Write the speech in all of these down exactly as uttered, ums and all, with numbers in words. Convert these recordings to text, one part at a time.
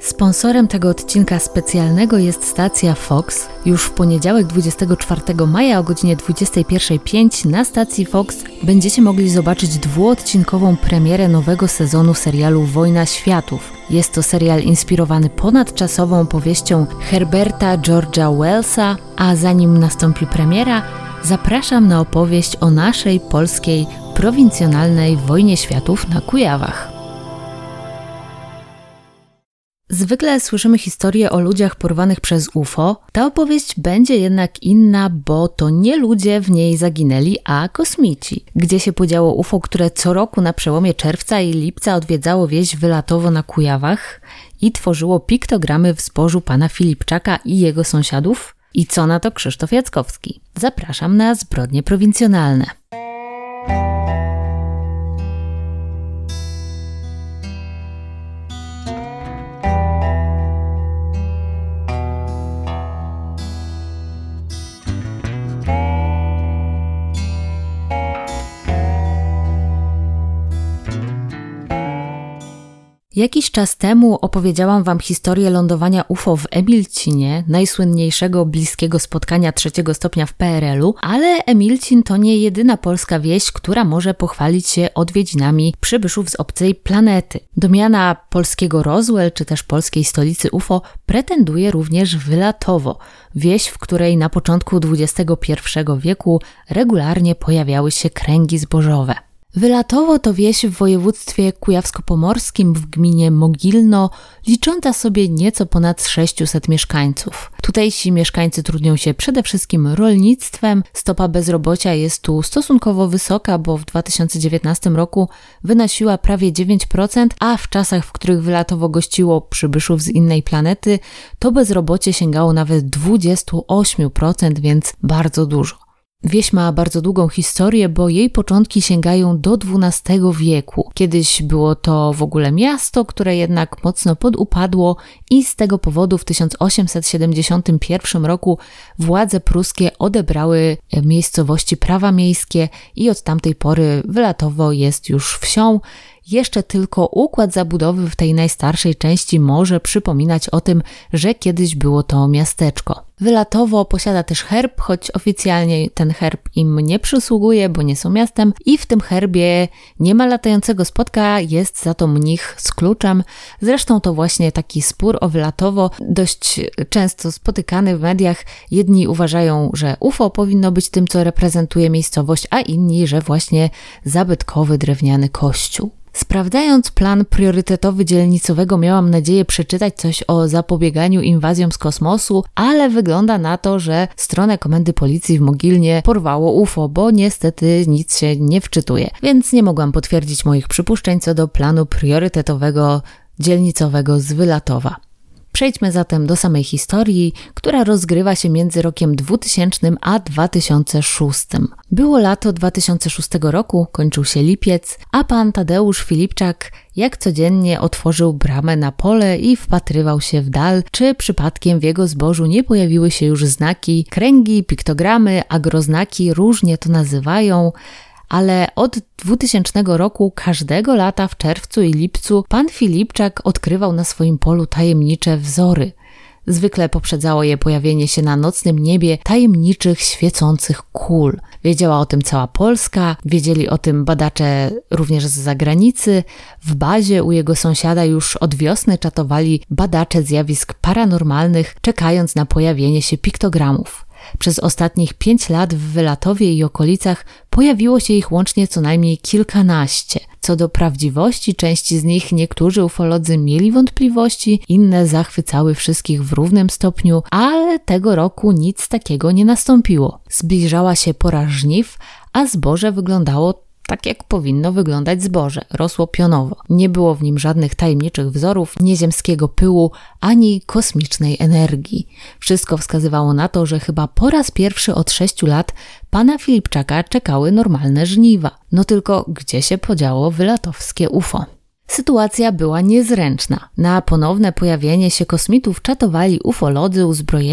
Sponsorem tego odcinka specjalnego jest stacja Fox. Już w poniedziałek dwudziestego czwartego maja o godzinie dwudziestej pierwszej pięć na stacji Fox będziecie mogli zobaczyć dwuodcinkową premierę nowego sezonu serialu Wojna Światów. Jest to serial inspirowany ponadczasową powieścią Herberta George'a Wellsa, a zanim nastąpi premiera, zapraszam na opowieść o naszej polskiej, prowincjonalnej wojnie światów na Kujawach. Zwykle słyszymy historie o ludziach porwanych przez U F O. Ta opowieść będzie jednak inna, bo to nie ludzie w niej zaginęli, a kosmici. Gdzie się podziało U F O, które co roku na przełomie czerwca i lipca odwiedzało wieś Wylatowo na Kujawach i tworzyło piktogramy w zbożu pana Filipczaka i jego sąsiadów? I co na to Krzysztof Jackowski? Zapraszam na Zbrodnie prowincjonalne. Jakiś czas temu opowiedziałam wam historię lądowania U F O w Emilcinie, najsłynniejszego bliskiego spotkania trzeciego stopnia w P R L-u, ale Emilcin to nie jedyna polska wieś, która może pochwalić się odwiedzinami przybyszów z obcej planety. Do miana polskiego Roswell, czy też polskiej stolicy U F O pretenduje również Wylatowo, wieś, w której na początku dwudziestego pierwszego wieku regularnie pojawiały się kręgi zbożowe. Wylatowo to wieś w województwie kujawsko-pomorskim w gminie Mogilno, licząca sobie nieco ponad sześciuset mieszkańców. Tutejsi mieszkańcy trudnią się przede wszystkim rolnictwem, stopa bezrobocia jest tu stosunkowo wysoka, bo w dwa tysiące dziewiętnastym roku wynosiła prawie dziewięć procent, a w czasach, w których Wylatowo gościło przybyszów z innej planety, to bezrobocie sięgało nawet dwadzieścia osiem procent, więc bardzo dużo. Wieś ma bardzo długą historię, bo jej początki sięgają do dwunastego wieku. Kiedyś było to w ogóle miasto, które jednak mocno podupadło i z tego powodu w tysiąc osiemset siedemdziesiątym pierwszym roku władze pruskie odebrały miejscowości prawa miejskie i od tamtej pory Wylatowo jest już wsią. Jeszcze tylko układ zabudowy w tej najstarszej części może przypominać o tym, że kiedyś było to miasteczko. Wylatowo posiada też herb, choć oficjalnie ten herb im nie przysługuje, bo nie są miastem i w tym herbie nie ma latającego spotka, jest za to mnich z kluczem. Zresztą to właśnie taki spór o Wylatowo, dość często spotykany w mediach. Jedni uważają, że U F O powinno być tym, co reprezentuje miejscowość, a inni, że właśnie zabytkowy drewniany kościół. Sprawdzając plan priorytetowy dzielnicowego, miałam nadzieję przeczytać coś o zapobieganiu inwazjom z kosmosu, ale wygląda na to, że stronę Komendy Policji w Mogilnie porwało U F O, bo niestety nic się nie wczytuje, więc nie mogłam potwierdzić moich przypuszczeń co do planu priorytetowego dzielnicowego z Wylatowa. Przejdźmy zatem do samej historii, która rozgrywa się między rokiem dwutysięcznym a dwa tysiące szóstym. Było lato dwa tysiące szóstego roku, kończył się lipiec, a pan Tadeusz Filipczak jak codziennie otworzył bramę na pole i wpatrywał się w dal, czy przypadkiem w jego zbożu nie pojawiły się już znaki, kręgi, piktogramy, agroznaki, różnie to nazywają, ale od dwutysięcznego roku każdego lata w czerwcu i lipcu pan Filipczak odkrywał na swoim polu tajemnicze wzory. Zwykle poprzedzało je pojawienie się na nocnym niebie tajemniczych, świecących kul. Wiedziała o tym cała Polska, wiedzieli o tym badacze również z zagranicy. W bazie u jego sąsiada już od wiosny czatowali badacze zjawisk paranormalnych, czekając na pojawienie się piktogramów. Przez ostatnich pięć lat w Wylatowie i okolicach pojawiło się ich łącznie co najmniej kilkanaście. Co do prawdziwości części z nich niektórzy ufolodzy mieli wątpliwości, inne zachwycały wszystkich w równym stopniu, ale tego roku nic takiego nie nastąpiło. Zbliżała się pora żniw, a zboże wyglądało tak jak powinno wyglądać zboże, rosło pionowo. Nie było w nim żadnych tajemniczych wzorów, nieziemskiego pyłu, ani kosmicznej energii. Wszystko wskazywało na to, że chyba po raz pierwszy od sześciu lat pana Filipczaka czekały normalne żniwa. No tylko gdzie się podziało wylatowskie U F O? Sytuacja była niezręczna. Na ponowne pojawienie się kosmitów czatowali ufolodzy uzbrojeni w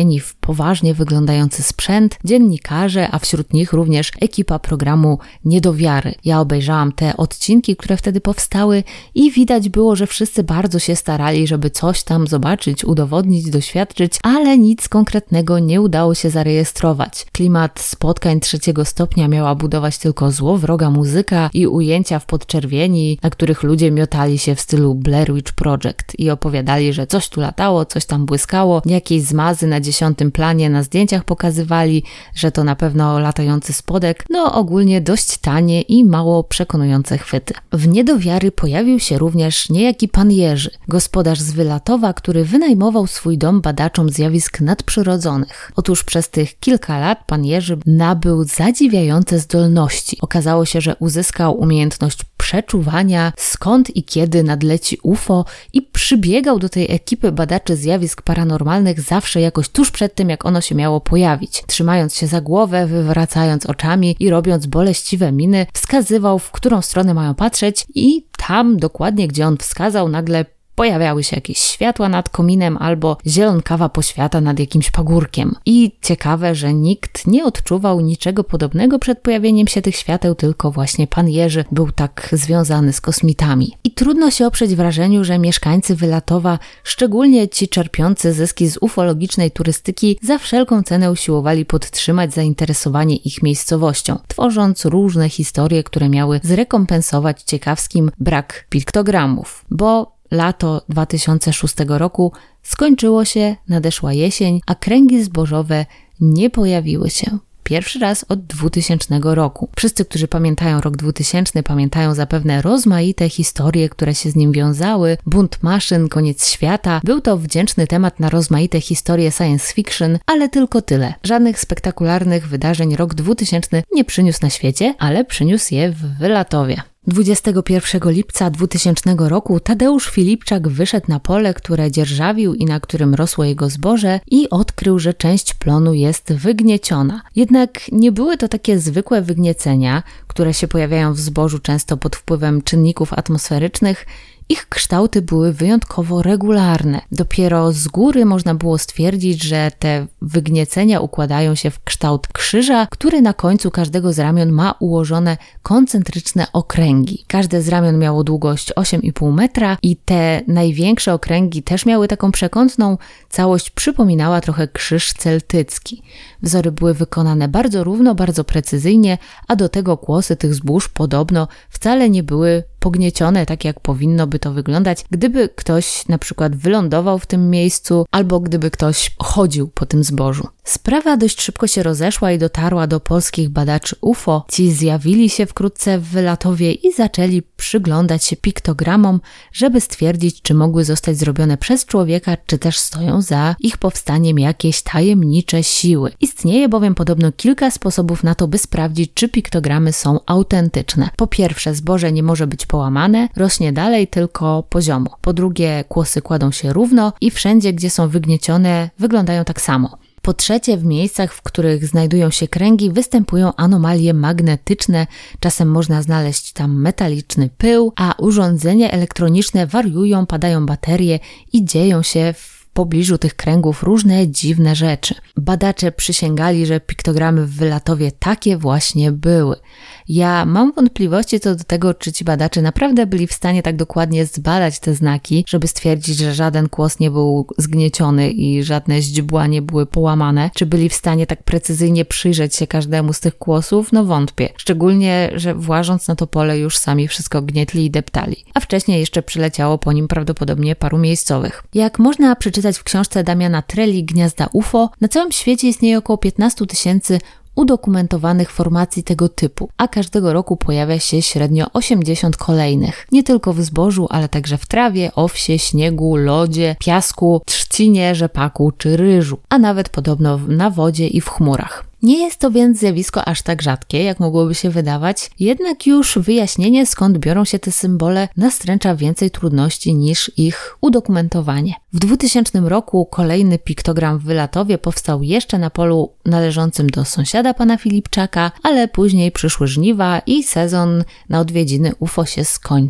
poważnie wyglądający sprzęt, dziennikarze, a wśród nich również ekipa programu Niedowiary. Ja obejrzałam te odcinki, które wtedy powstały i widać było, że wszyscy bardzo się starali, żeby coś tam zobaczyć, udowodnić, doświadczyć, ale nic konkretnego nie udało się zarejestrować. Klimat spotkań trzeciego stopnia miała budować tylko złowroga muzyka i ujęcia w podczerwieni, na których ludzie miotali się w stylu Blair Witch Project i opowiadali, że coś tu latało, coś tam błyskało, jakieś zmazy na dziesiątym planie na zdjęciach pokazywali, że to na pewno latający spodek, no ogólnie dość tanie i mało przekonujące chwyty. W Niedowiary pojawił się również niejaki pan Jerzy, gospodarz z Wylatowa, który wynajmował swój dom badaczom zjawisk nadprzyrodzonych. Otóż przez tych kilka lat pan Jerzy nabył zadziwiające zdolności. Okazało się, że uzyskał umiejętność przeczuwania, skąd i kiedy nadleci U F O i przybiegał do tej ekipy badaczy zjawisk paranormalnych zawsze jakoś tuż przed tym, jak ono się miało pojawić. Trzymając się za głowę, wywracając oczami i robiąc boleściwe miny, wskazywał, w którą stronę mają patrzeć i tam, dokładnie gdzie on wskazał, nagle pojawiały się jakieś światła nad kominem albo zielonkawa poświata nad jakimś pagórkiem. I ciekawe, że nikt nie odczuwał niczego podobnego przed pojawieniem się tych świateł, tylko właśnie pan Jerzy był tak związany z kosmitami. I trudno się oprzeć wrażeniu, że mieszkańcy Wylatowa, szczególnie ci czerpiący zyski z ufologicznej turystyki, za wszelką cenę usiłowali podtrzymać zainteresowanie ich miejscowością, tworząc różne historie, które miały zrekompensować ciekawskim brak piktogramów. Bo lato dwa tysiące szóstego roku skończyło się, nadeszła jesień, a kręgi zbożowe nie pojawiły się. Pierwszy raz od dwutysięcznego roku. Wszyscy, którzy pamiętają rok dwutysięczny, pamiętają zapewne rozmaite historie, które się z nim wiązały. Bunt maszyn, koniec świata. Był to wdzięczny temat na rozmaite historie science fiction, ale tylko tyle. Żadnych spektakularnych wydarzeń rok dwutysięczny nie przyniósł na świecie, ale przyniósł je w Wylatowie. dwudziestego pierwszego lipca dwutysięcznego roku Tadeusz Filipczak wyszedł na pole, które dzierżawił i na którym rosło jego zboże i odkrył, że część plonu jest wygnieciona. Jednak nie były to takie zwykłe wygniecenia, które się pojawiają w zbożu często pod wpływem czynników atmosferycznych. Ich kształty były wyjątkowo regularne. Dopiero z góry można było stwierdzić, że te wygniecenia układają się w kształt krzyża, który na końcu każdego z ramion ma ułożone koncentryczne okręgi. Każde z ramion miało długość osiem i pół metra i te największe okręgi też miały taką przekątną. Całość przypominała trochę krzyż celtycki. Wzory były wykonane bardzo równo, bardzo precyzyjnie, a do tego kłosy tych zbóż podobno wcale nie były pogniecione tak, jak powinno by to wyglądać, gdyby ktoś na przykład wylądował w tym miejscu albo gdyby ktoś chodził po tym zbożu. Sprawa dość szybko się rozeszła i dotarła do polskich badaczy U F O. Ci zjawili się wkrótce w Wylatowie i zaczęli przyglądać się piktogramom, żeby stwierdzić, czy mogły zostać zrobione przez człowieka, czy też stoją za ich powstaniem jakieś tajemnicze siły. Istnieje bowiem podobno kilka sposobów na to, by sprawdzić, czy piktogramy są autentyczne. Po pierwsze, zboże nie może być połamane, rośnie dalej tylko poziomo. Po drugie, kłosy kładą się równo i wszędzie, gdzie są wygniecione, wyglądają tak samo. Po trzecie, w miejscach, w których znajdują się kręgi, występują anomalie magnetyczne. Czasem można znaleźć tam metaliczny pył, a urządzenia elektroniczne wariują, padają baterie i dzieją się w w pobliżu tych kręgów różne dziwne rzeczy. Badacze przysięgali, że piktogramy w Wylatowie takie właśnie były. Ja mam wątpliwości co do tego, czy ci badacze naprawdę byli w stanie tak dokładnie zbadać te znaki, żeby stwierdzić, że żaden kłos nie był zgnieciony i żadne źdźbła nie były połamane. Czy byli w stanie tak precyzyjnie przyjrzeć się każdemu z tych kłosów? No wątpię. Szczególnie, że włażąc na to pole już sami wszystko gnietli i deptali. A wcześniej jeszcze przyleciało po nim prawdopodobnie paru miejscowych. Jak można przeczytać w książce Damiana Treli Gniazda U F O, na całym świecie istnieje około piętnaście tysięcy udokumentowanych formacji tego typu, a każdego roku pojawia się średnio osiemdziesiąt kolejnych. Nie tylko w zbożu, ale także w trawie, owsie, śniegu, lodzie, piasku, trzcinie, rzepaku czy ryżu, a nawet podobno na wodzie i w chmurach. Nie jest to więc zjawisko aż tak rzadkie, jak mogłoby się wydawać, jednak już wyjaśnienie, skąd biorą się te symbole, nastręcza więcej trudności niż ich udokumentowanie. W dwutysięcznym roku kolejny piktogram w Wylatowie powstał jeszcze na polu należącym do sąsiada pana Filipczaka, ale później przyszły żniwa i sezon na odwiedziny U F O się skończył.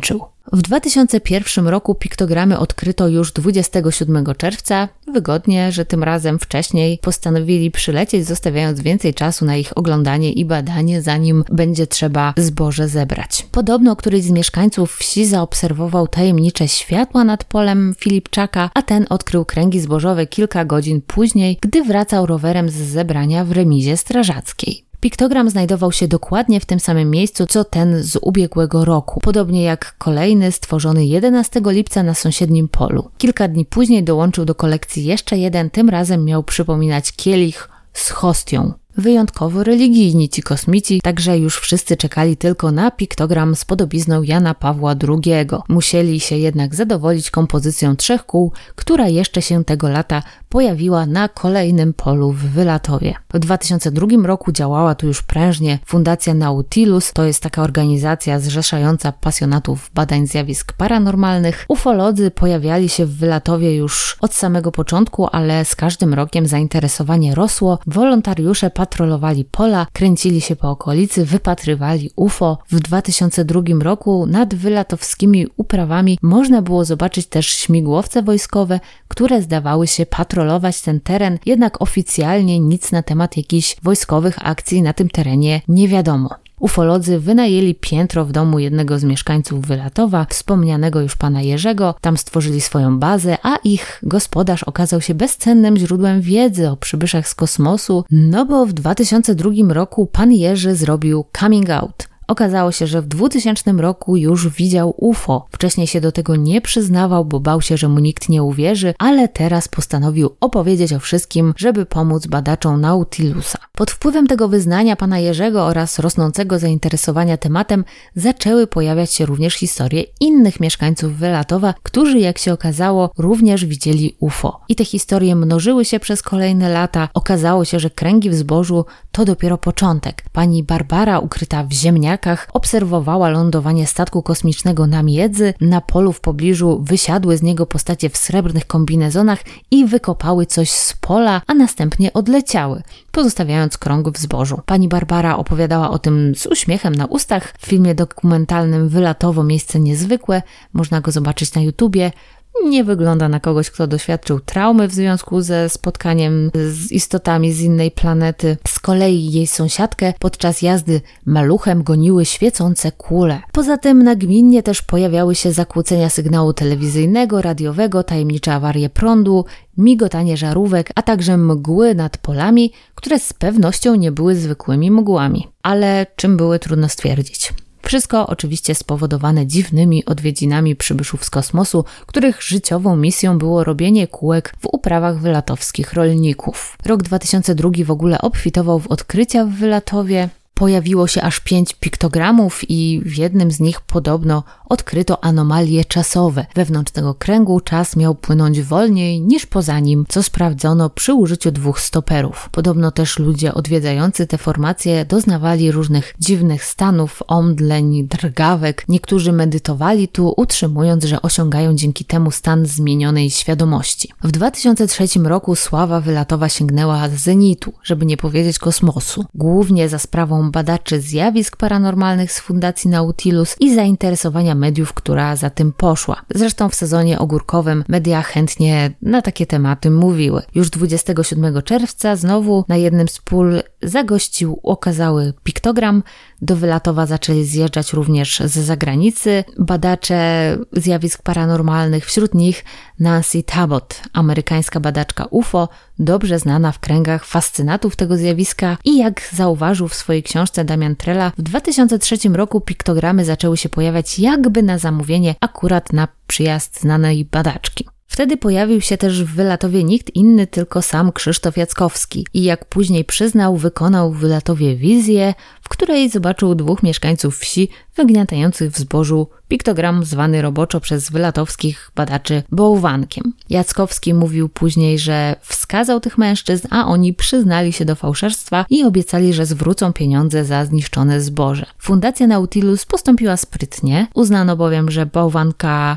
W dwa tysiące pierwszym roku piktogramy odkryto już dwudziestego siódmego czerwca. Wygodnie, że tym razem wcześniej postanowili przylecieć, zostawiając więcej czasu na ich oglądanie i badanie, zanim będzie trzeba zboże zebrać. Podobno któryś z mieszkańców wsi zaobserwował tajemnicze światła nad polem Filipczaka, a ten odkrył kręgi zbożowe kilka godzin później, gdy wracał rowerem z zebrania w remizie strażackiej. Piktogram znajdował się dokładnie w tym samym miejscu, co ten z ubiegłego roku, podobnie jak kolejny stworzony jedenastego lipca na sąsiednim polu. Kilka dni później dołączył do kolekcji jeszcze jeden, tym razem miał przypominać kielich z hostią. Wyjątkowo religijni ci kosmici, także już wszyscy czekali tylko na piktogram z podobizną Jana Pawła drugiego. Musieli się jednak zadowolić kompozycją trzech kół, która jeszcze się tego lata pojawiła na kolejnym polu w Wylatowie. W dwa tysiące drugim roku działała tu już prężnie Fundacja Nautilus, to jest taka organizacja zrzeszająca pasjonatów badań zjawisk paranormalnych. Ufolodzy pojawiali się w Wylatowie już od samego początku, ale z każdym rokiem zainteresowanie rosło. Wolontariusze patrolowali pola, kręcili się po okolicy, wypatrywali U F O. W dwa tysiące drugim roku nad wylatowskimi uprawami można było zobaczyć też śmigłowce wojskowe, które zdawały się patrolować ten teren, jednak oficjalnie nic na temat jakichś wojskowych akcji na tym terenie nie wiadomo. Ufolodzy wynajęli piętro w domu jednego z mieszkańców Wylatowa, wspomnianego już pana Jerzego, tam stworzyli swoją bazę, a ich gospodarz okazał się bezcennym źródłem wiedzy o przybyszach z kosmosu, no bo w dwa tysiące drugim roku pan Jerzy zrobił coming out. Okazało się, że w dwutysięcznym roku już widział U F O. Wcześniej się do tego nie przyznawał, bo bał się, że mu nikt nie uwierzy, ale teraz postanowił opowiedzieć o wszystkim, żeby pomóc badaczom Nautilusa. Pod wpływem tego wyznania pana Jerzego oraz rosnącego zainteresowania tematem zaczęły pojawiać się również historie innych mieszkańców Wylatowa, którzy, jak się okazało, również widzieli U F O. I te historie mnożyły się przez kolejne lata. Okazało się, że kręgi w zbożu to dopiero początek. Pani Barbara, ukryta w ziemniakach, obserwowała lądowanie statku kosmicznego na Miedzy. Na polu w pobliżu wysiadły z niego postacie w srebrnych kombinezonach i wykopały coś z pola, a następnie odleciały, pozostawiając krąg w zbożu. Pani Barbara opowiadała o tym z uśmiechem na ustach. W filmie dokumentalnym Wylatowo miejsce niezwykłe, można go zobaczyć na YouTubie. Nie wygląda na kogoś, kto doświadczył traumy w związku ze spotkaniem z istotami z innej planety. Z kolei jej sąsiadkę podczas jazdy maluchem goniły świecące kule. Poza tym nagminnie też pojawiały się zakłócenia sygnału telewizyjnego, radiowego, tajemnicze awarie prądu, migotanie żarówek, a także mgły nad polami, które z pewnością nie były zwykłymi mgłami. Ale czym były, trudno stwierdzić. Wszystko oczywiście spowodowane dziwnymi odwiedzinami przybyszów z kosmosu, których życiową misją było robienie kółek w uprawach wylatowskich rolników. Rok dwa tysiące drugi w ogóle obfitował w odkrycia w Wylatowie. Pojawiło się aż pięć piktogramów i w jednym z nich podobno odkryto anomalie czasowe. Wewnątrz tego kręgu czas miał płynąć wolniej niż poza nim, co sprawdzono przy użyciu dwóch stoperów. Podobno też ludzie odwiedzający te formacje doznawali różnych dziwnych stanów, omdleń, drgawek. Niektórzy medytowali tu, utrzymując, że osiągają dzięki temu stan zmienionej świadomości. W dwa tysiące trzecim roku sława Wylatowa sięgnęła zenitu, żeby nie powiedzieć kosmosu. Głównie za sprawą badaczy zjawisk paranormalnych z Fundacji Nautilus i zainteresowania mediów, która za tym poszła. Zresztą w sezonie ogórkowym media chętnie na takie tematy mówiły. Już dwudziestego siódmego czerwca znowu na jednym z pól zagościł okazały piktogram. Do Wylatowa zaczęli zjeżdżać również z zagranicy badacze zjawisk paranormalnych, wśród nich Nancy Tabot, amerykańska badaczka U F O, dobrze znana w kręgach fascynatów tego zjawiska i jak zauważył w swojej książce Damian Trela, w dwa tysiące trzecim roku piktogramy zaczęły się pojawiać jakby na zamówienie akurat na przyjazd znanej badaczki. Wtedy pojawił się też w Wylatowie nikt inny, tylko sam Krzysztof Jackowski i jak później przyznał, wykonał w Wylatowie wizję, w której zobaczył dwóch mieszkańców wsi wygniatających w zbożu piktogram zwany roboczo przez wylatowskich badaczy bałwankiem. Jackowski mówił później, że wskazał tych mężczyzn, a oni przyznali się do fałszerstwa i obiecali, że zwrócą pieniądze za zniszczone zboże. Fundacja Nautilus postąpiła sprytnie, uznano bowiem, że bałwanka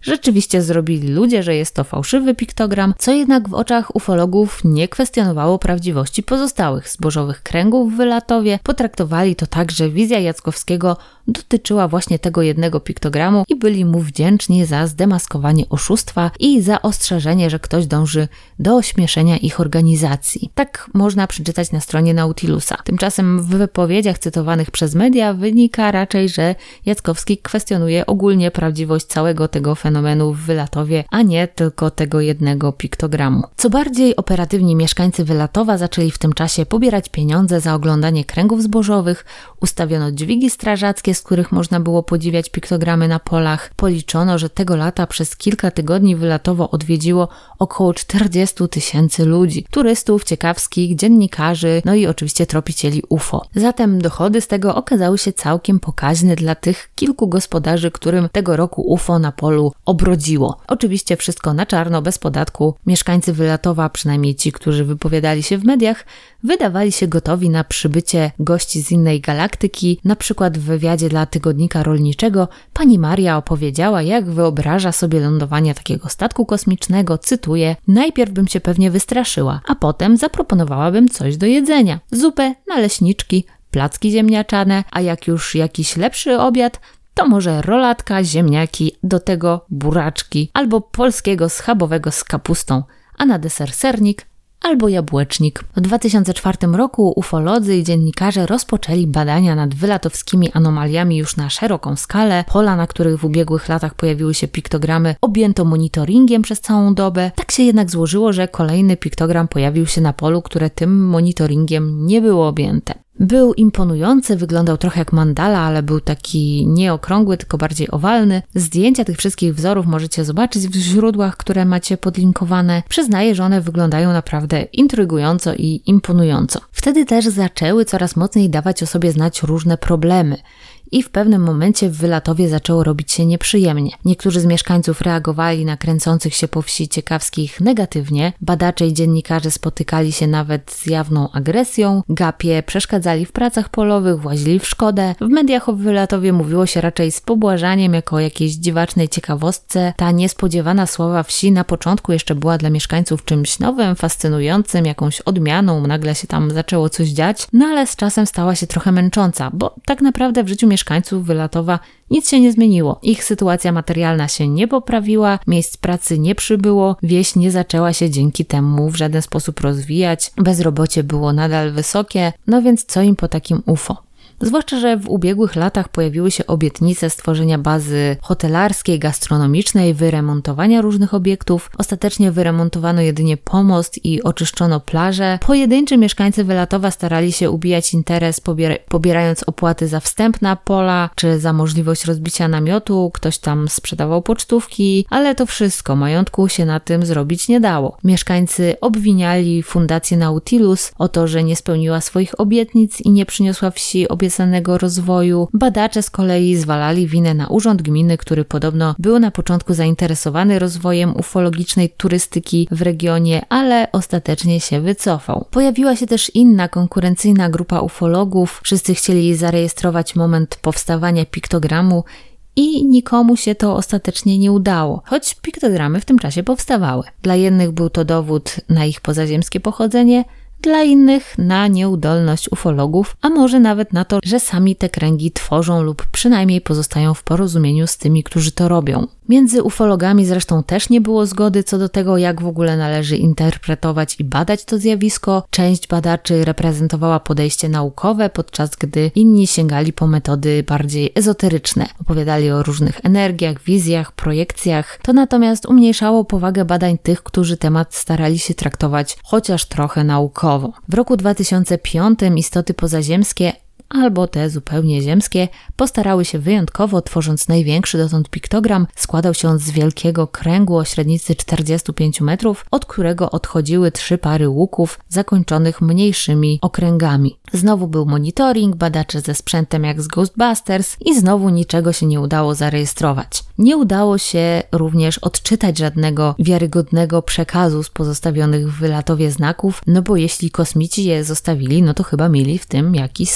rzeczywiście zrobili ludzie, że jest to fałszywy piktogram, co jednak w oczach ufologów nie kwestionowało prawdziwości pozostałych zbożowych kręgów w Wylatowie. Potraktowali to tak, że wizja Jackowskiego dotyczyła właśnie tego jednego piktogramu i byli mu wdzięczni za zdemaskowanie oszustwa i za ostrzeżenie, że ktoś dąży do ośmieszenia ich organizacji. Tak można przeczytać na stronie Nautilusa. Tymczasem w wypowiedziach cytowanych przez media wynika raczej, że Jackowski kwestionuje ogólnie prawdziwość całego tego fenomenu w Wylatowie, a nie tylko tego jednego piktogramu. Co bardziej operatywni mieszkańcy Wylatowa zaczęli w tym czasie pobierać pieniądze za oglądanie kręgów zbożowych, ustawiono dźwigi strażackie, z których można było podziwiać piktogramy na polach. Policzono, że tego lata przez kilka tygodni Wylatowo odwiedziło około czterdzieści tysięcy ludzi, turystów, ciekawskich, dziennikarzy, no i oczywiście tropicieli U F O. Zatem dochody z tego okazały się całkiem pokaźne dla tych kilku gospodarzy, którym tego roku U F O na polu obrodziło. Oczywiście wszystko na czarno, bez podatku. Mieszkańcy Wylatowa, przynajmniej ci, którzy wypowiadali się w mediach, wydawali się gotowi na przybycie gości z innej galaktyki. Na przykład w wywiadzie dla Tygodnika Rolniczego pani Maria opowiedziała, jak wyobraża sobie lądowanie takiego statku kosmicznego, cytuję: najpierw bym się pewnie wystraszyła, a potem zaproponowałabym coś do jedzenia. Zupę, naleśniczki, placki ziemniaczane, a jak już jakiś lepszy obiad, to może rolatka, ziemniaki, do tego buraczki albo polskiego schabowego z kapustą, a na deser sernik albo jabłecznik. W dwa tysiące czwartym roku ufolodzy i dziennikarze rozpoczęli badania nad wylatowskimi anomaliami już na szeroką skalę. Pola, na których w ubiegłych latach pojawiły się piktogramy, objęto monitoringiem przez całą dobę. Tak się jednak złożyło, że kolejny piktogram pojawił się na polu, które tym monitoringiem nie było objęte. Był imponujący, wyglądał trochę jak mandala, ale był taki nie okrągły, tylko bardziej owalny. Zdjęcia tych wszystkich wzorów możecie zobaczyć w źródłach, które macie podlinkowane. Przyznaję, że one wyglądają naprawdę intrygująco i imponująco. Wtedy też zaczęły coraz mocniej dawać o sobie znać różne problemy. I w pewnym momencie w Wylatowie zaczęło robić się nieprzyjemnie. Niektórzy z mieszkańców reagowali na kręcących się po wsi ciekawskich negatywnie. Badacze i dziennikarze spotykali się nawet z jawną agresją. Gapie przeszkadzali w pracach polowych, włazili w szkodę. W mediach o Wylatowie mówiło się raczej z pobłażaniem, jako o jakiejś dziwacznej ciekawostce. Ta niespodziewana sława wsi na początku jeszcze była dla mieszkańców czymś nowym, fascynującym, jakąś odmianą. Nagle się tam zaczęło coś dziać. No ale z czasem stała się trochę męcząca, bo tak naprawdę w życiu mieszkańców mieszkańców Wylatowa nic się nie zmieniło. Ich sytuacja materialna się nie poprawiła, miejsc pracy nie przybyło, wieś nie zaczęła się dzięki temu w żaden sposób rozwijać, bezrobocie było nadal wysokie, no więc co im po takim U F O? Zwłaszcza, że w ubiegłych latach pojawiły się obietnice stworzenia bazy hotelarskiej, gastronomicznej, wyremontowania różnych obiektów. Ostatecznie wyremontowano jedynie pomost i oczyszczono plaże. Pojedynczy mieszkańcy Wylatowa starali się ubijać interes, pobier- pobierając opłaty za wstęp na pola, czy za możliwość rozbicia namiotu. Ktoś tam sprzedawał pocztówki, ale to wszystko, majątku się na tym zrobić nie dało. Mieszkańcy obwiniali Fundację Nautilus o to, że nie spełniła swoich obietnic i nie przyniosła wsi obiecanego rozwoju. Badacze z kolei zwalali winę na urząd gminy, który podobno był na początku zainteresowany rozwojem ufologicznej turystyki w regionie, ale ostatecznie się wycofał. Pojawiła się też inna konkurencyjna grupa ufologów. Wszyscy chcieli zarejestrować moment powstawania piktogramu i nikomu się to ostatecznie nie udało, choć piktogramy w tym czasie powstawały. Dla jednych był to dowód na ich pozaziemskie pochodzenie, dla innych na nieudolność ufologów, a może nawet na to, że sami te kręgi tworzą lub przynajmniej pozostają w porozumieniu z tymi, którzy to robią. Między ufologami zresztą też nie było zgody co do tego, jak w ogóle należy interpretować i badać to zjawisko. Część badaczy reprezentowała podejście naukowe, podczas gdy inni sięgali po metody bardziej ezoteryczne. Opowiadali o różnych energiach, wizjach, projekcjach. To natomiast umniejszało powagę badań tych, którzy temat starali się traktować chociaż trochę naukowo. W roku dwa tysiące piątym istoty pozaziemskie albo te zupełnie ziemskie, postarały się wyjątkowo, tworząc największy dotąd piktogram. Składał się on z wielkiego kręgu o średnicy czterdziestu pięciu metrów, od którego odchodziły trzy pary łuków zakończonych mniejszymi okręgami. Znowu był monitoring, badacze ze sprzętem jak z Ghostbusters i znowu niczego się nie udało zarejestrować. Nie udało się również odczytać żadnego wiarygodnego przekazu z pozostawionych w Wylatowie znaków, no bo jeśli kosmici je zostawili, no to chyba mieli w tym jakiś swój cel.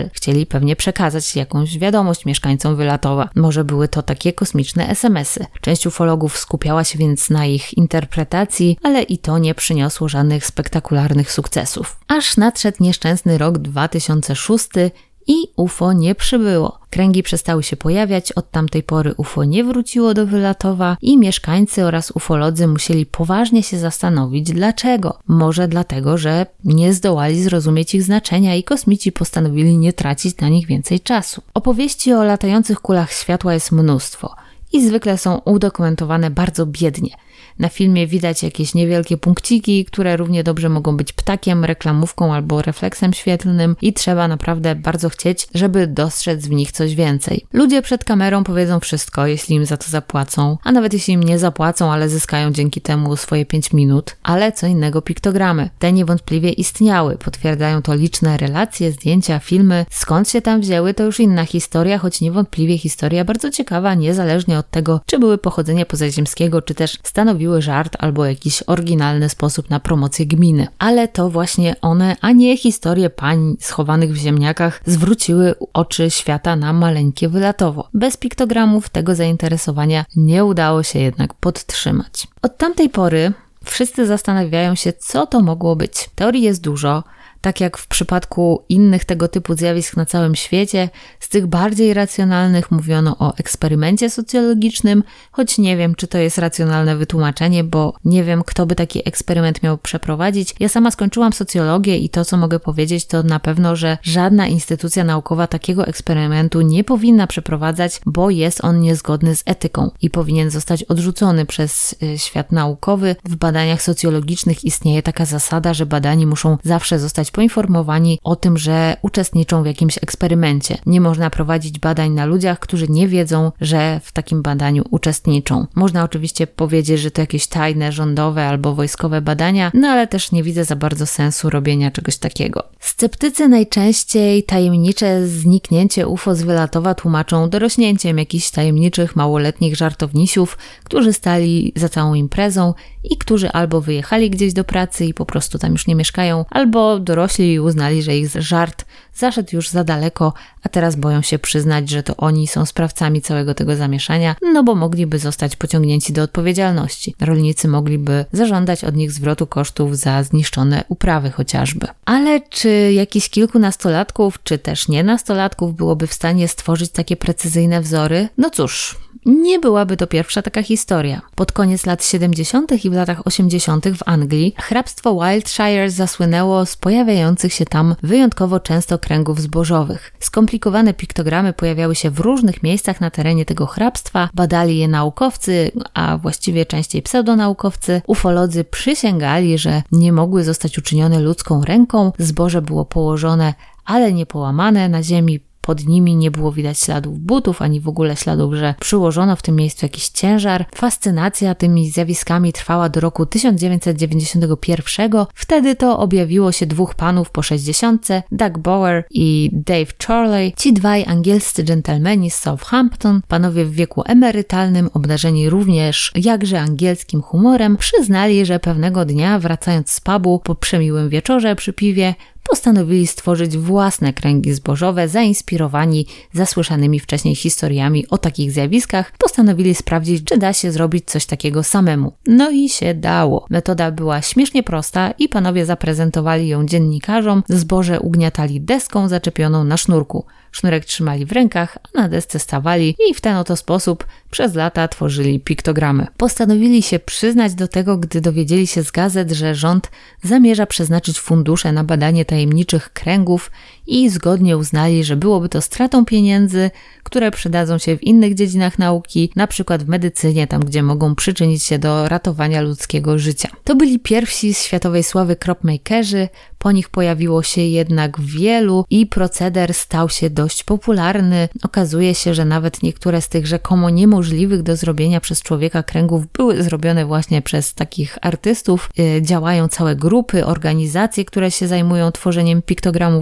cel. Chcieli pewnie przekazać jakąś wiadomość mieszkańcom Wylatowa. Może były to takie kosmiczne es em esy. Część ufologów skupiała się więc na ich interpretacji, ale i to nie przyniosło żadnych spektakularnych sukcesów. Aż nadszedł nieszczęsny rok dwa tysiące szósty i U F O nie przybyło. Kręgi przestały się pojawiać, od tamtej pory U F O nie wróciło do Wylatowa i mieszkańcy oraz ufolodzy musieli poważnie się zastanowić dlaczego. Może dlatego, że nie zdołali zrozumieć ich znaczenia i kosmici postanowili nie tracić na nich więcej czasu. Opowieści o latających kulach światła jest mnóstwo i zwykle są udokumentowane bardzo biednie. Na filmie widać jakieś niewielkie punkciki, które równie dobrze mogą być ptakiem, reklamówką albo refleksem świetlnym i trzeba naprawdę bardzo chcieć, żeby dostrzec w nich coś więcej. Ludzie przed kamerą powiedzą wszystko, jeśli im za to zapłacą, a nawet jeśli im nie zapłacą, ale zyskają dzięki temu swoje pięć minut. Ale co innego piktogramy. Te niewątpliwie istniały, potwierdzają to liczne relacje, zdjęcia, filmy. Skąd się tam wzięły, to już inna historia, choć niewątpliwie historia bardzo ciekawa, niezależnie od tego, czy były pochodzenia pozaziemskiego, czy też stanowiły żart albo jakiś oryginalny sposób na promocję gminy. Ale to właśnie one, a nie historie pań schowanych w ziemniakach zwróciły oczy świata na maleńkie Wylatowo. Bez piktogramów tego zainteresowania nie udało się jednak podtrzymać. Od tamtej pory wszyscy zastanawiają się, co to mogło być. Teorii jest dużo. Tak jak w przypadku innych tego typu zjawisk na całym świecie, z tych bardziej racjonalnych mówiono o eksperymencie socjologicznym, choć nie wiem, czy to jest racjonalne wytłumaczenie, bo nie wiem, kto by taki eksperyment miał przeprowadzić. Ja sama skończyłam socjologię i to, co mogę powiedzieć, to na pewno, że żadna instytucja naukowa takiego eksperymentu nie powinna przeprowadzać, bo jest on niezgodny z etyką i powinien zostać odrzucony przez świat naukowy. W badaniach socjologicznych istnieje taka zasada, że badani muszą zawsze zostać poinformowani o tym, że uczestniczą w jakimś eksperymencie. Nie można prowadzić badań na ludziach, którzy nie wiedzą, że w takim badaniu uczestniczą. Można oczywiście powiedzieć, że to jakieś tajne, rządowe albo wojskowe badania, no ale też nie widzę za bardzo sensu robienia czegoś takiego. Sceptycy najczęściej tajemnicze zniknięcie U F O z Wylatowa tłumaczą dorośnięciem jakichś tajemniczych, małoletnich żartownisiów, którzy stali za całą imprezą i którzy albo wyjechali gdzieś do pracy i po prostu tam już nie mieszkają, albo dorośli uznali, że ich żart zaszedł już za daleko, a teraz boją się przyznać, że to oni są sprawcami całego tego zamieszania, no bo mogliby zostać pociągnięci do odpowiedzialności. Rolnicy mogliby zażądać od nich zwrotu kosztów za zniszczone uprawy chociażby. Ale czy jakiś kilkunastolatków, czy też nie nastolatków byłoby w stanie stworzyć takie precyzyjne wzory? No cóż, nie byłaby to pierwsza taka historia. Pod koniec lat siedemdziesiątych i w latach osiemdziesiątych w Anglii hrabstwo Wiltshire zasłynęło z pojawiających się tam wyjątkowo często kręgów zbożowych. Skomplikowane piktogramy pojawiały się w różnych miejscach na terenie tego hrabstwa, badali je naukowcy, a właściwie częściej pseudonaukowcy. Ufolodzy przysięgali, że nie mogły zostać uczynione ludzką ręką, zboże było położone, ale nie połamane na ziemi. Pod nimi nie było widać śladów butów, ani w ogóle śladów, że przyłożono w tym miejscu jakiś ciężar. Fascynacja tymi zjawiskami trwała do roku tysiąc dziewięćset dziewięćdziesiątego pierwszego. Wtedy to objawiło się dwóch panów po sześćdziesiątce, Doug Bower i Dave Chorley. Ci dwaj angielscy dżentelmeni z Southampton, panowie w wieku emerytalnym, obdarzeni również jakże angielskim humorem, przyznali, że pewnego dnia, wracając z pubu po przemiłym wieczorze przy piwie, postanowili stworzyć własne kręgi zbożowe, zainspirowani zasłyszanymi wcześniej historiami o takich zjawiskach, postanowili sprawdzić, czy da się zrobić coś takiego samemu. No i się dało. Metoda była śmiesznie prosta i panowie zaprezentowali ją dziennikarzom, zboże ugniatali deską zaczepioną na sznurku. Sznurek trzymali w rękach, a na desce stawali i w ten oto sposób przez lata tworzyli piktogramy. Postanowili się przyznać do tego, gdy dowiedzieli się z gazet, że rząd zamierza przeznaczyć fundusze na badanie tajemniczych kręgów i zgodnie uznali, że byłoby to stratą pieniędzy, które przydadzą się w innych dziedzinach nauki, na przykład w medycynie, tam gdzie mogą przyczynić się do ratowania ludzkiego życia. To byli pierwsi z światowej sławy cropmakerzy, po nich pojawiło się jednak wielu i proceder stał się dość popularny. Okazuje się, że nawet niektóre z tych rzekomo niemożliwych do zrobienia przez człowieka kręgów były zrobione właśnie przez takich artystów. Działają całe grupy, organizacje, które się zajmują tworzeniem piktogramów w zbożu.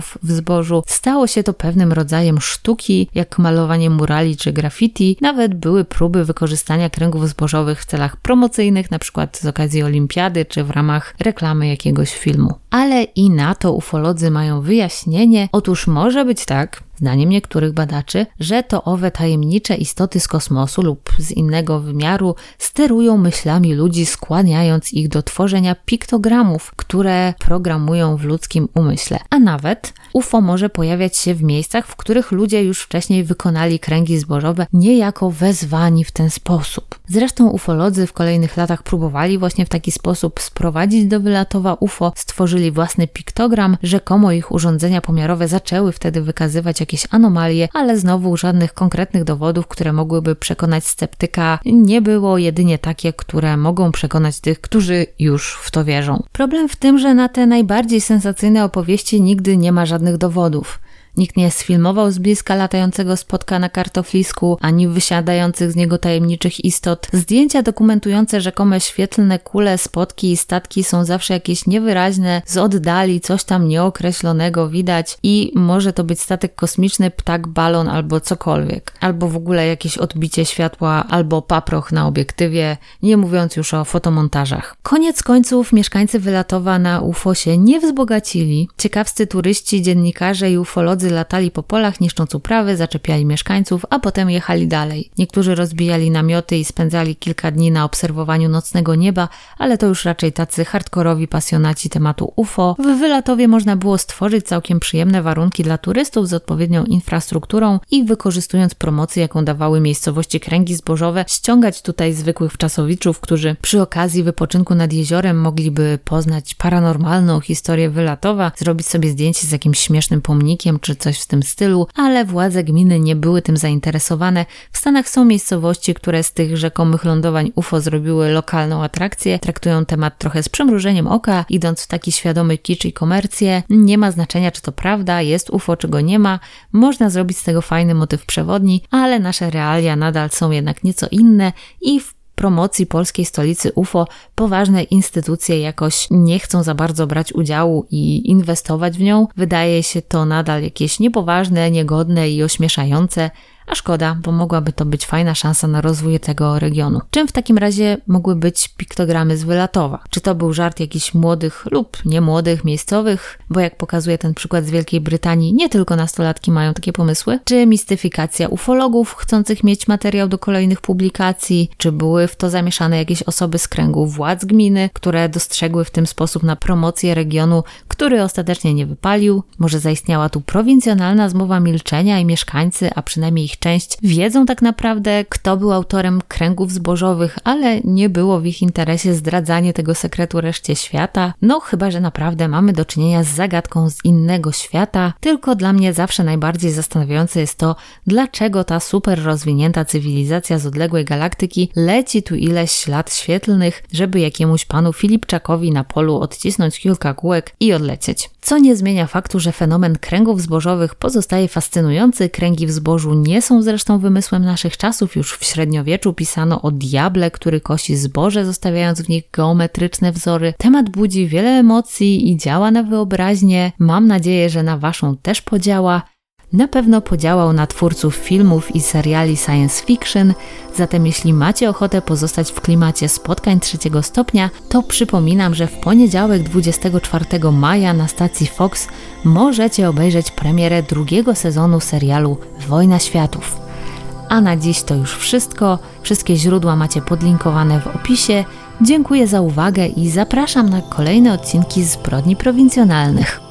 zbożu. Stało się to pewnym rodzajem sztuki, jak malowanie murali czy graffiti. Nawet były próby wykorzystania kręgów zbożowych w celach promocyjnych, na przykład z okazji olimpiady czy w ramach reklamy jakiegoś filmu. Ale i na to ufolodzy mają wyjaśnienie. Otóż może być tak, zdaniem niektórych badaczy, że to owe tajemnicze istoty z kosmosu lub z innego wymiaru sterują myślami ludzi, skłaniając ich do tworzenia piktogramów, które programują w ludzkim umyśle. A nawet U F O może pojawiać się w miejscach, w których ludzie już wcześniej wykonali kręgi zbożowe, niejako wezwani w ten sposób. Zresztą ufolodzy w kolejnych latach próbowali właśnie w taki sposób sprowadzić do Wylatowa U F O, stworzyli własny piktogram, rzekomo ich urządzenia pomiarowe zaczęły wtedy wykazywać jakieś anomalie, ale znowu żadnych konkretnych dowodów, które mogłyby przekonać sceptyka, nie było, jedynie takie, które mogą przekonać tych, którzy już w to wierzą. Problem w tym, że na te najbardziej sensacyjne opowieści nigdy nie ma żadnych dowodów. Nikt nie sfilmował z bliska latającego spotka na kartoflisku, ani wysiadających z niego tajemniczych istot. Zdjęcia dokumentujące rzekome świetlne kule, spotki i statki są zawsze jakieś niewyraźne, z oddali coś tam nieokreślonego widać i może to być statek kosmiczny, ptak, balon albo cokolwiek. Albo w ogóle jakieś odbicie światła, albo paproch na obiektywie, nie mówiąc już o fotomontażach. Koniec końców mieszkańcy Wylatowa na U F O się nie wzbogacili. Ciekawscy turyści, dziennikarze i ufolodzy latali po polach, niszcząc uprawy, zaczepiali mieszkańców, a potem jechali dalej. Niektórzy rozbijali namioty i spędzali kilka dni na obserwowaniu nocnego nieba, ale to już raczej tacy hardkorowi pasjonaci tematu U F O. W Wylatowie można było stworzyć całkiem przyjemne warunki dla turystów z odpowiednią infrastrukturą i wykorzystując promocję, jaką dawały miejscowości kręgi zbożowe, ściągać tutaj zwykłych wczasowiczów, którzy przy okazji wypoczynku nad jeziorem mogliby poznać paranormalną historię Wylatowa, zrobić sobie zdjęcie z jakimś śmiesznym pomnikiem czy coś w tym stylu, ale władze gminy nie były tym zainteresowane. W Stanach są miejscowości, które z tych rzekomych lądowań U F O zrobiły lokalną atrakcję, traktują temat trochę z przymrużeniem oka, idąc w taki świadomy kicz i komercję. Nie ma znaczenia, czy to prawda, jest U F O, czy go nie ma. Można zrobić z tego fajny motyw przewodni, ale nasze realia nadal są jednak nieco inne i w promocji polskiej stolicy U F O poważne instytucje jakoś nie chcą za bardzo brać udziału i inwestować w nią. Wydaje się to nadal jakieś niepoważne, niegodne i ośmieszające, a szkoda, bo mogłaby to być fajna szansa na rozwój tego regionu. Czym w takim razie mogły być piktogramy z Wylatowa? Czy to był żart jakichś młodych lub niemłodych miejscowych? Bo jak pokazuje ten przykład z Wielkiej Brytanii, nie tylko nastolatki mają takie pomysły. Czy mistyfikacja ufologów chcących mieć materiał do kolejnych publikacji? Czy były w to zamieszane jakieś osoby z kręgu władz gminy, które dostrzegły w tym sposób na promocję regionu, który ostatecznie nie wypalił? Może zaistniała tu prowincjonalna zmowa milczenia i mieszkańcy, a przynajmniej ich część, wiedzą tak naprawdę, kto był autorem kręgów zbożowych, ale nie było w ich interesie zdradzanie tego sekretu reszcie świata. No chyba, że naprawdę mamy do czynienia z zagadką z innego świata. Tylko dla mnie zawsze najbardziej zastanawiające jest to, dlaczego ta super rozwinięta cywilizacja z odległej galaktyki leci tu ileś lat świetlnych, żeby jakiemuś panu Filipczakowi na polu odcisnąć kilka kółek i odlecieć. Co nie zmienia faktu, że fenomen kręgów zbożowych pozostaje fascynujący. Kręgi w zbożu nie są zresztą wymysłem naszych czasów. Już w średniowieczu pisano o diable, który kosi zboże, zostawiając w nich geometryczne wzory. Temat budzi wiele emocji i działa na wyobraźnię. Mam nadzieję, że na waszą też podziała. Na pewno podziałał na twórców filmów i seriali science fiction, zatem jeśli macie ochotę pozostać w klimacie spotkań trzeciego stopnia, to przypominam, że w poniedziałek dwudziestego czwartego maja na stacji Fox możecie obejrzeć premierę drugiego sezonu serialu Wojna Światów. A na dziś to już wszystko. Wszystkie źródła macie podlinkowane w opisie. Dziękuję za uwagę i zapraszam na kolejne odcinki Zbrodni Prowincjonalnych.